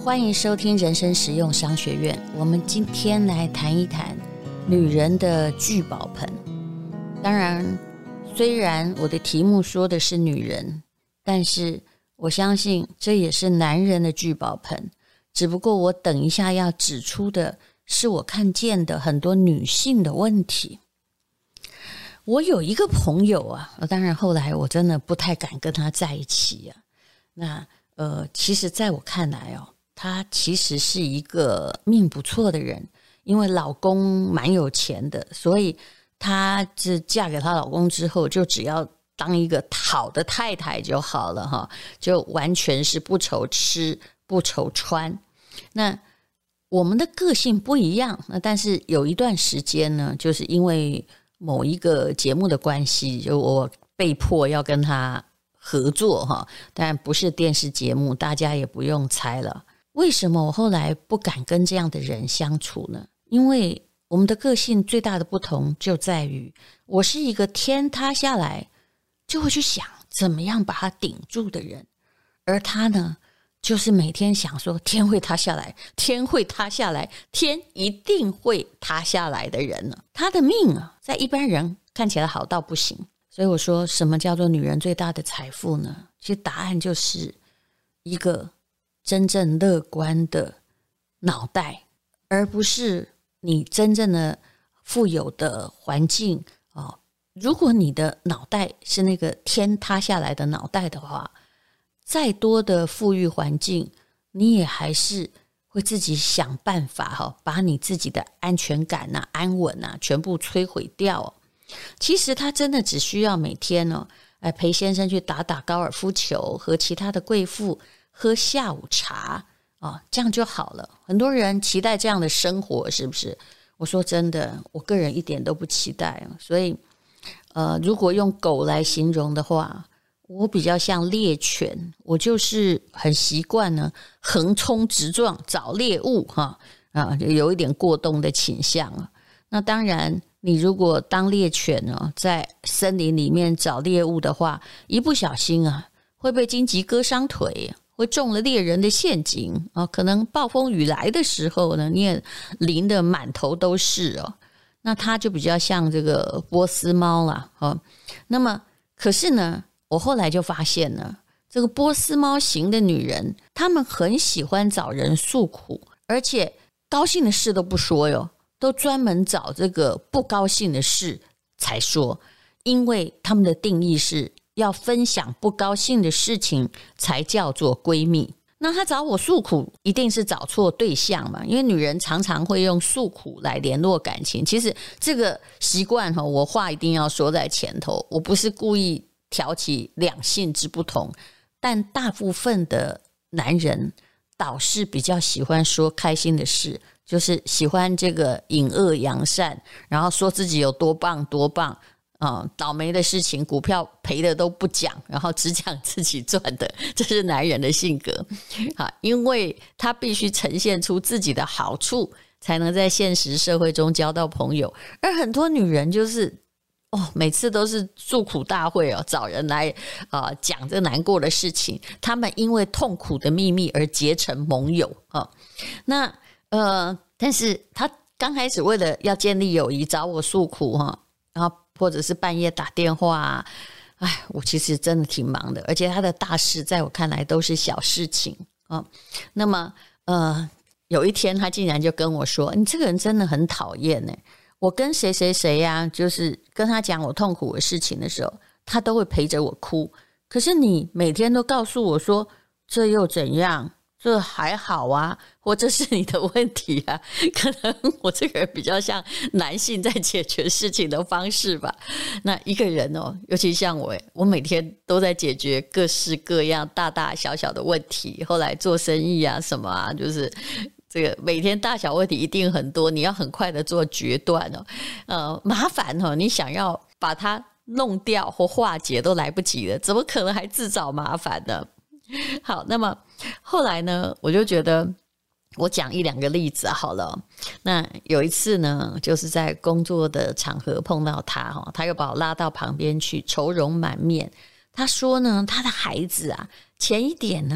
欢迎收听人生实用商学院。我们今天来谈一谈女人的聚宝盆。当然，虽然我的题目说的是女人，但是我相信这也是男人的聚宝盆。只不过我等一下要指出的是我看见的很多女性的问题。我有一个朋友啊，当然后来我真的不太敢跟他在一起啊。那其实在我看来哦，她其实是一个命不错的人，因为老公蛮有钱的，所以她是嫁给她老公之后，就只要当一个好的太太就好了哈，就完全是不愁吃不愁穿。那我们的个性不一样，但是有一段时间呢，就是因为某一个节目的关系，就我被迫要跟他合作哈，当然不是电视节目，大家也不用猜了。为什么我后来不敢跟这样的人相处呢？因为我们的个性最大的不同就在于，我是一个天塌下来就会去想怎么样把它顶住的人，而他呢，就是每天想说天会塌下来，天会塌下来，天一定会塌下来的人呢。他的命啊，在一般人看起来好到不行。所以我说，什么叫做女人最大的财富呢？其实答案就是一个真正乐观的脑袋，而不是你真正的富有的环境哦。如果你的脑袋是那个天塌下来的脑袋的话，再多的富裕环境，你也还是会自己想办法把你自己的安全感啊、安稳啊全部摧毁掉。其实他真的只需要每天陪先生去打打高尔夫球，和其他的贵妇喝下午茶这样就好了。很多人期待这样的生活，是不是？我说真的，我个人一点都不期待。所以如果用狗来形容的话，我比较像猎犬，我就是很习惯呢横冲直撞找猎物就有一点过动的倾向。那当然你如果当猎犬在森林里面找猎物的话，一不小心会被荆棘割伤腿，会中了猎人的陷阱可能暴风雨来的时候呢，你也淋得满头都是那它就比较像这个波斯猫啦那么可是呢，我后来就发现呢，这个波斯猫型的女人，她们很喜欢找人诉苦，而且高兴的事都不说哟，都专门找这个不高兴的事才说，因为他们的定义是要分享不高兴的事情才叫做闺蜜。那她找我诉苦一定是找错对象嘛，因为女人常常会用诉苦来联络感情。其实这个习惯我话一定要说在前头，我不是故意挑起两性之不同，但大部分的男人倒是比较喜欢说开心的事，就是喜欢这个隐恶扬善，然后说自己有多棒多棒倒霉的事情，股票赔的都不讲，然后只讲自己赚的，这是男人的性格因为他必须呈现出自己的好处，才能在现实社会中交到朋友。而很多女人就是每次都是诉苦大会找人来讲这难过的事情，他们因为痛苦的秘密而结成盟友那但是他刚开始为了要建立友谊找我诉苦然后或者是半夜打电话我其实真的挺忙的，而且他的大事在我看来都是小事情那么有一天他竟然就跟我说，你这个人真的很讨厌我跟谁谁谁就是跟他讲我痛苦的事情的时候，他都会陪着我哭，可是你每天都告诉我说这又怎样，这还好或这是你的问题可能我这个人比较像男性在解决事情的方式吧。那一个人尤其像我每天都在解决各式各样大大小小的问题，后来做生意什么就是这个每天大小问题一定很多，你要很快的做决断麻烦你想要把它弄掉或化解都来不及了，怎么可能还自找麻烦呢？好，那么后来呢，我就觉得我讲一两个例子好了。那有一次呢，就是在工作的场合碰到他他又把我拉到旁边去，愁容满面。他说呢，他的孩子前一点呢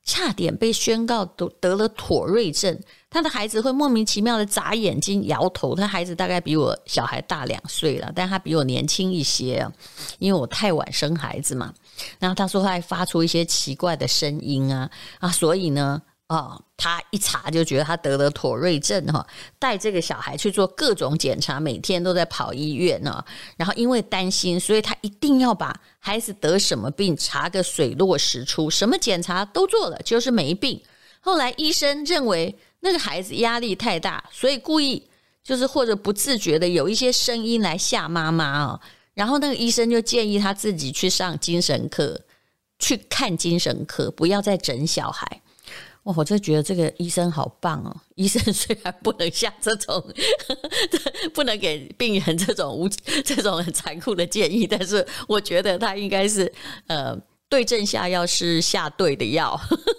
差点被宣告得了妥瑞症。他的孩子会莫名其妙的眨眼睛摇头，他孩子大概比我小孩大2岁了，但他比我年轻一些，因为我太晚生孩子嘛。然后他说他还发出一些奇怪的声音啊，所以呢他一查就觉得他得了妥瑞症，带这个小孩去做各种检查，每天都在跑医院，然后因为担心，所以他一定要把孩子得什么病查个水落石出，什么检查都做了，就是没病。后来医生认为那个孩子压力太大，所以故意就是或者不自觉的有一些声音来吓妈妈，然后那个医生就建议他自己去上精神科，去看精神科，不要再整小孩。我就觉得这个医生好棒哦！医生虽然不能下这种不能给病人这种很残酷的建议，但是我觉得他应该是对症下药是下对的药。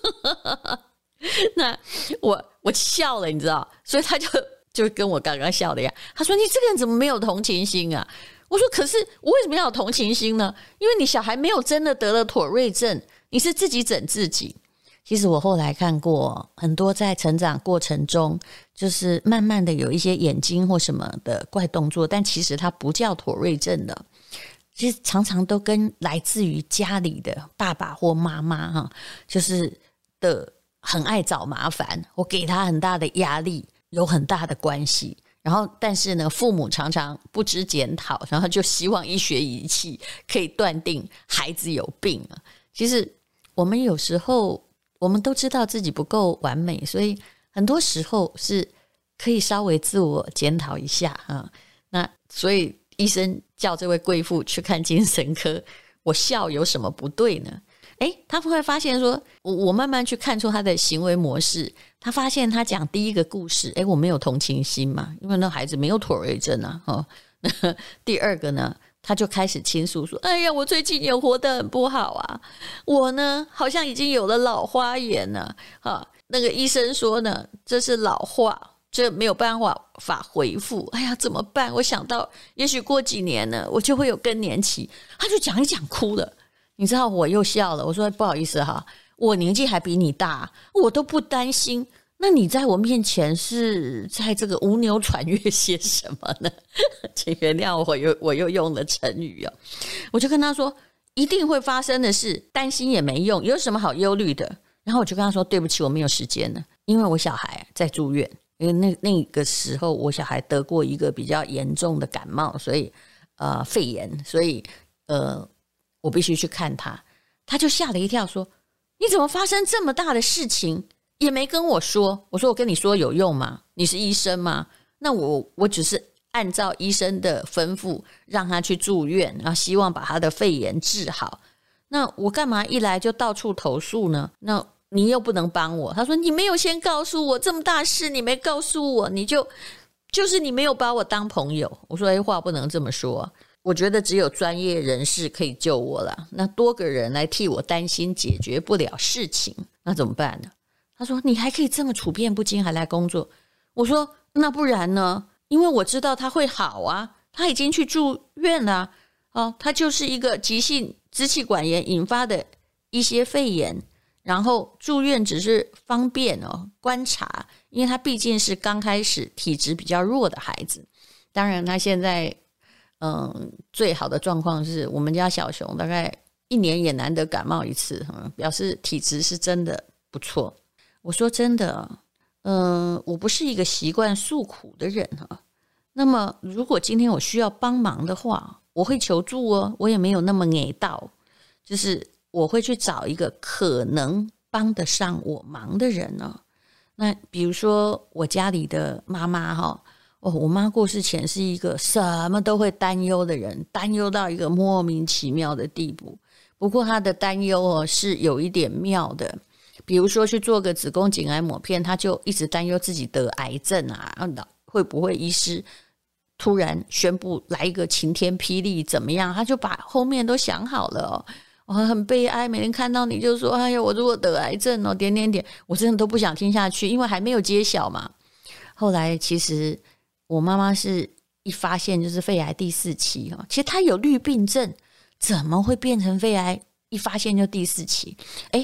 那我笑了，你知道，所以他就跟我刚刚笑的一样，他说：“你这个人怎么没有同情心啊？”我说：“可是我为什么要有同情心呢？因为你小孩没有真的得了妥瑞症，你是自己整自己。”其实我后来看过很多在成长过程中就是慢慢的有一些眼睛或什么的怪动作，但其实它不叫妥瑞症的，其实常都跟来自于家里的爸爸或妈妈就是很爱找麻烦，我给他很大的压力，有很大的关系。然后但是呢，父母常常不知检讨，然后就希望医学仪器可以断定孩子有病。其实我们有时候我们都知道自己不够完美，所以很多时候是可以稍微自我检讨一下那所以医生叫这位贵妇去看精神科，我笑有什么不对呢？他会发现说，我慢慢去看出他的行为模式，他发现他讲第一个故事，我没有同情心嘛，因为那孩子没有妥瑞症啊。第二个呢，他就开始倾诉说：“哎呀，我最近也活得很不好啊，我呢好像已经有了老花眼了那个医生说呢，这是老化，这没有办法恢复。哎呀，怎么办？我想到也许过几年呢，我就会有更年期。”他就讲一讲哭了。你知道我又笑了，我说不好意思我年纪还比你大，我都不担心，那你在我面前是在这个无牛传月些什么呢？请原谅我又用了成语我就跟他说，一定会发生的事，担心也没用，有什么好忧虑的？然后我就跟他说，对不起，我没有时间了，因为我小孩在住院，因为那个时候我小孩得过一个比较严重的感冒，所以肺炎，所以我必须去看他。他就吓了一跳说，你怎么发生这么大的事情也没跟我说？我说我跟你说有用吗？你是医生吗？那我只是按照医生的吩咐让他去住院，然后希望把他的肺炎治好，那我干嘛一来就到处投诉呢？那你又不能帮我。他说你没有先告诉我，这么大事你没告诉我，你就是你没有把我当朋友。我说话不能这么说，我觉得只有专业人士可以救我了，那多个人来替我担心解决不了事情，那怎么办呢？他说你还可以这么处变不惊还来工作。我说那不然呢？因为我知道他会好啊，他已经去住院了他就是一个急性支气管炎引发的一些肺炎，然后住院只是方便观察，因为他毕竟是刚开始体质比较弱的孩子。当然他现在最好的状况是我们家小熊大概1年也难得感冒一次，表示体质是真的不错。我说真的我不是一个习惯诉苦的人那么如果今天我需要帮忙的话，我会求助我也没有那么矮到，就是我会去找一个可能帮得上我忙的人那比如说我家里的妈妈我妈过世前是一个什么都会担忧的人，担忧到一个莫名其妙的地步。不过她的担忧是有一点妙的，比如说去做个子宫颈癌抹片，她就一直担忧自己得癌症会不会医师突然宣布来一个晴天霹雳怎么样，她就把后面都想好了很悲哀，每天看到你就说哎呀，我如果得癌症点点点，我真的都不想听下去，因为还没有揭晓嘛。后来其实我妈妈是一发现就是肺癌第4期其实她有绿病症，怎么会变成肺癌一发现就第4期？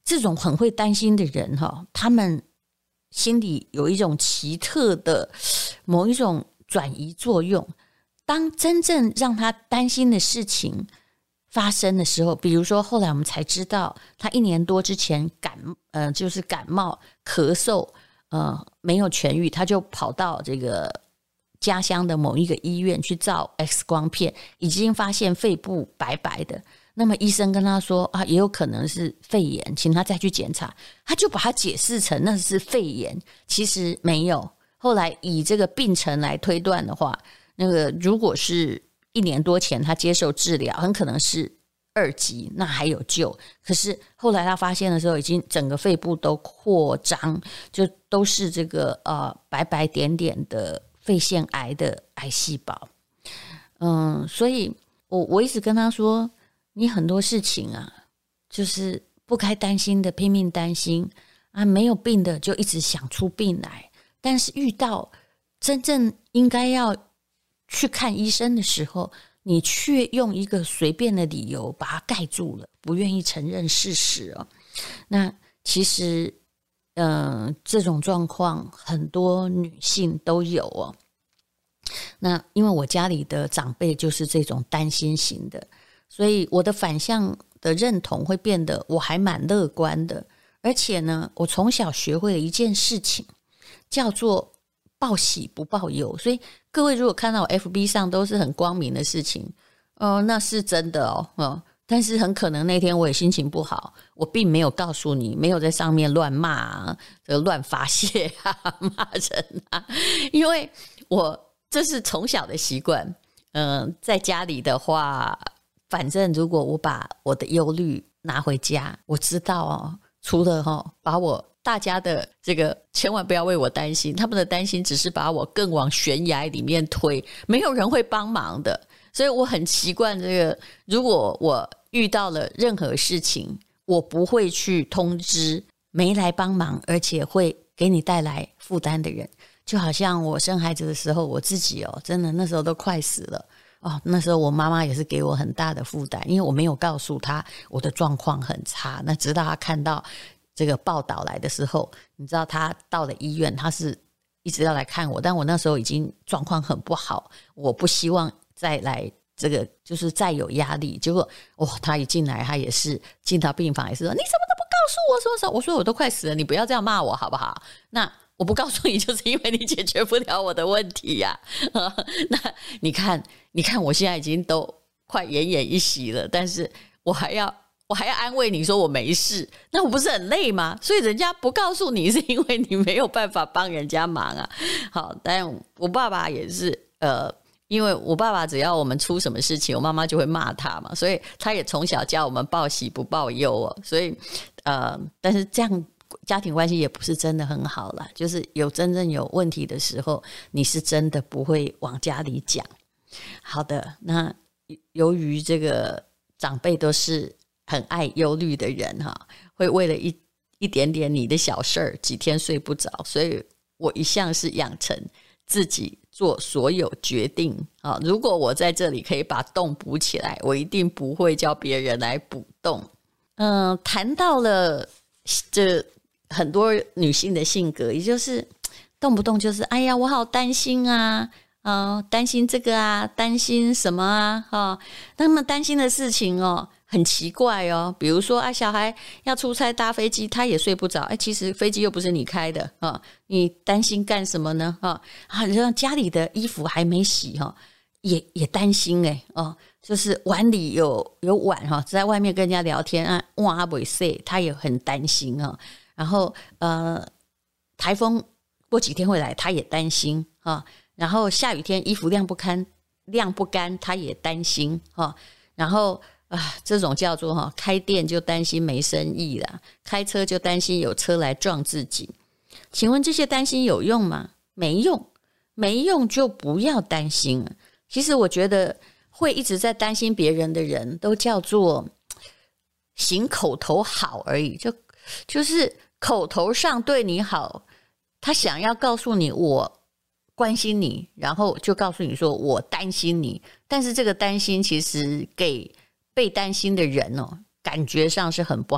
这种很会担心的人他们心里有一种奇特的某一种转移作用。当真正让他担心的事情发生的时候，比如说后来我们才知道他1年多之前就是感冒咳嗽没有痊愈，他就跑到这个家乡的某一个医院去照 X 光片，已经发现肺部白白的。那么医生跟他说也有可能是肺炎，请他再去检查，他就把它解释成那是肺炎，其实没有。后来以这个病程来推断的话，那个如果是1年多前他接受治疗，很可能是2级，那还有救。可是后来他发现的时候，已经整个肺部都扩张，就都是这个白白点点的肺腺癌的癌细胞。所以我一直跟他说，你很多事情就是不该担心的拼命担心没有病的就一直想出病来，但是遇到真正应该要去看医生的时候，你却用一个随便的理由把它盖住了，不愿意承认事实那其实这种状况很多女性都有那因为我家里的长辈就是这种担心型的，所以我的反向的认同会变得我还蛮乐观的。而且呢，我从小学会了一件事情，叫做报喜不报忧。所以各位如果看到我 FB 上都是很光明的事情那是真的但是很可能那天我也心情不好，我并没有告诉你，没有在上面乱骂乱发泄骂人因为我这是从小的习惯在家里的话，反正如果我把我的忧虑拿回家，我知道除了把我大家的这个千万不要为我担心，他们的担心只是把我更往悬崖里面推，没有人会帮忙的。所以我很习惯这个，如果我遇到了任何事情，我不会去通知没来帮忙而且会给你带来负担的人。就好像我生孩子的时候，我自己真的那时候都快死了那时候我妈妈也是给我很大的负担，因为我没有告诉她我的状况很差。那直到她看到这个报道来的时候，你知道她到了医院，她是一直要来看我，但我那时候已经状况很不好，我不希望再来这个就是再有压力。结果她一进来，她也是进到病房也是说你怎么都不告诉我什么什么，我说我都快死了，你不要这样骂我好不好？那我不告诉你就是因为你解决不了我的问题那你看我现在已经都快奄奄一息了，但是我还要安慰你说我没事，那我不是很累吗？所以人家不告诉你是因为你没有办法帮人家忙好，但我爸爸也是因为我爸爸只要我们出什么事情，我妈妈就会骂他嘛，所以他也从小教我们报喜不报忧所以但是这样家庭关系也不是真的很好啦，就是有真正有问题的时候，你是真的不会往家里讲。好的，那由于这个长辈都是很爱忧虑的人会为了一点点你的小事儿几天睡不着，所以我一向是养成自己做所有决定如果我在这里可以把洞补起来，我一定不会叫别人来补洞。谈到了这很多女性的性格，也就是动不动就是哎呀我好担心担心这个担心什么那么担心的事情很奇怪比如说小孩要出差搭飞机，他也睡不着其实飞机又不是你开的你担心干什么呢像家里的衣服还没洗也担心就是碗里有碗在外面跟人家聊天哇不洗，他也很担心然后台风过几天会来，他也担心然后下雨天衣服晾不干他也担心然后这种叫做开店就担心没生意啦，开车就担心有车来撞自己。请问这些担心有用吗？没用就不要担心了。其实我觉得会一直在担心别人的人都叫做行口头好而已，就是口头上对你好，他想要告诉你我关心你，然后就告诉你说我担心你，但是这个担心其实给被担心的人感觉上是很不好，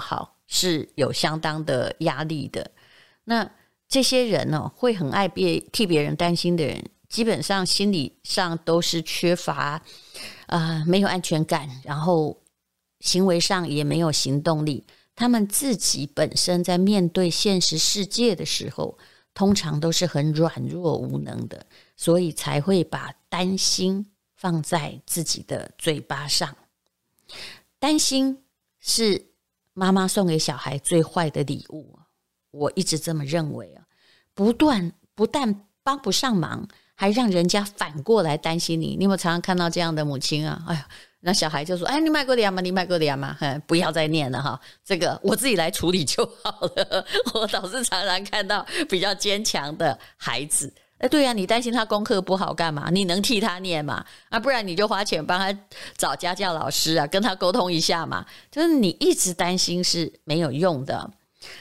是有相当的压力的。那这些人会很爱替别人担心的人，基本上心理上都是缺乏没有安全感，然后行为上也没有行动力。他们自己本身在面对现实世界的时候，通常都是很软弱无能的，所以才会把担心放在自己的嘴巴上。担心是妈妈送给小孩最坏的礼物，我一直这么认为啊。不但帮不上忙，还让人家反过来担心你。你有没有常常看到这样的母亲啊？哎呀，那小孩就说：“哎，你买过的吗？你买过的吗？不要再念了哈，这个我自己来处理就好了。”我倒是常常看到比较坚强的孩子。对啊，你担心他功课不好干嘛？你能替他念吗？不然你就花钱帮他找家教老师啊，跟他沟通一下嘛。就是你一直担心是没有用的。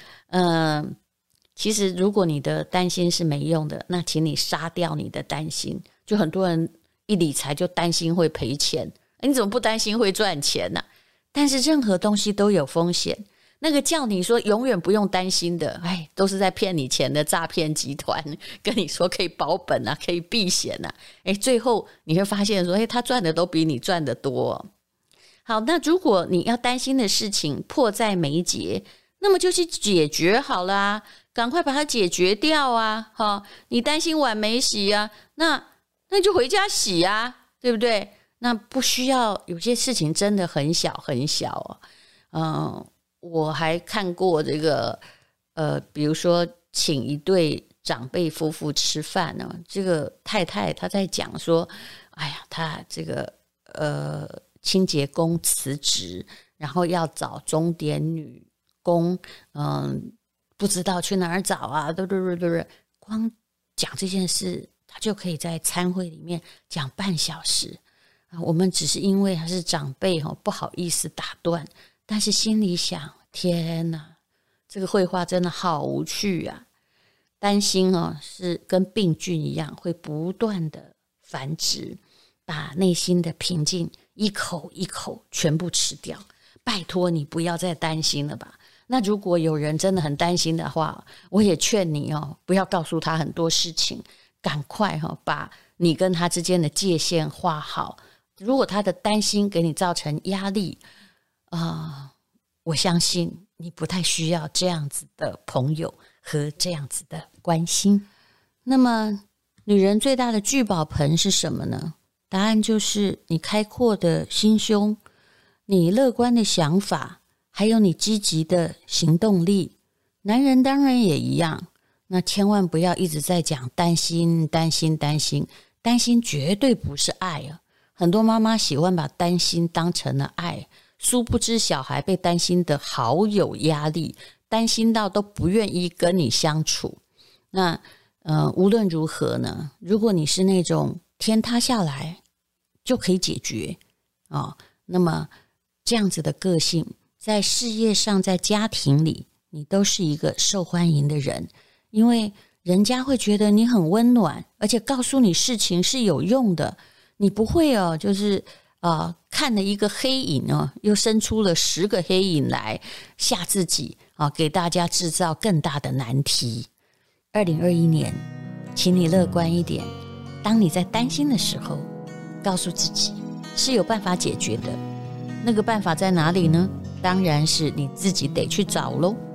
其实如果你的担心是没用的，那请你杀掉你的担心。就很多人一理财就担心会赔钱，你怎么不担心会赚钱呢？但是任何东西都有风险。那个叫你说永远不用担心的，都是在骗你钱的诈骗集团，跟你说可以保本啊，可以避险啊，最后你会发现说，他赚的都比你赚的多。好，那如果你要担心的事情迫在眉睫，那么就去解决好了赶快把它解决掉啊！你担心碗没洗啊，那你就回家洗啊，对不对？那不需要，有些事情真的很小很小我还看过这个比如说请一对长辈夫妇吃饭呢，这个太太她在讲说，哎呀，她这个清洁工辞职，然后要找钟点女工，不知道去哪儿找啊，对，光讲这件事，他就可以在餐会里面讲半小时。我们只是因为他是长辈不好意思打断，但是心里想，天哪，这个绘画真的好无趣啊！担心是跟病菌一样，会不断的繁殖，把内心的平静一口一口全部吃掉。拜托你不要再担心了吧。那如果有人真的很担心的话，我也劝你不要告诉他很多事情，赶快把你跟他之间的界限画好。如果他的担心给你造成压力我相信你不太需要这样子的朋友和这样子的关心。那么女人最大的聚宝盆是什么呢？答案就是你开阔的心胸，你乐观的想法，还有你积极的行动力。男人当然也一样，那千万不要一直在讲担心担心担心，担心绝对不是爱啊。很多妈妈喜欢把担心当成了爱，殊不知小孩被担心的好有压力，担心到都不愿意跟你相处。那无论如何呢，如果你是那种天塌下来就可以解决那么这样子的个性，在事业上，在家庭里，你都是一个受欢迎的人，因为人家会觉得你很温暖，而且告诉你事情是有用的。你不会就是看了一个黑影又生出了10个黑影来吓自己给大家制造更大的难题。2021年，请你乐观一点。当你在担心的时候，告诉自己是有办法解决的。那个办法在哪里呢？当然是你自己得去找咯。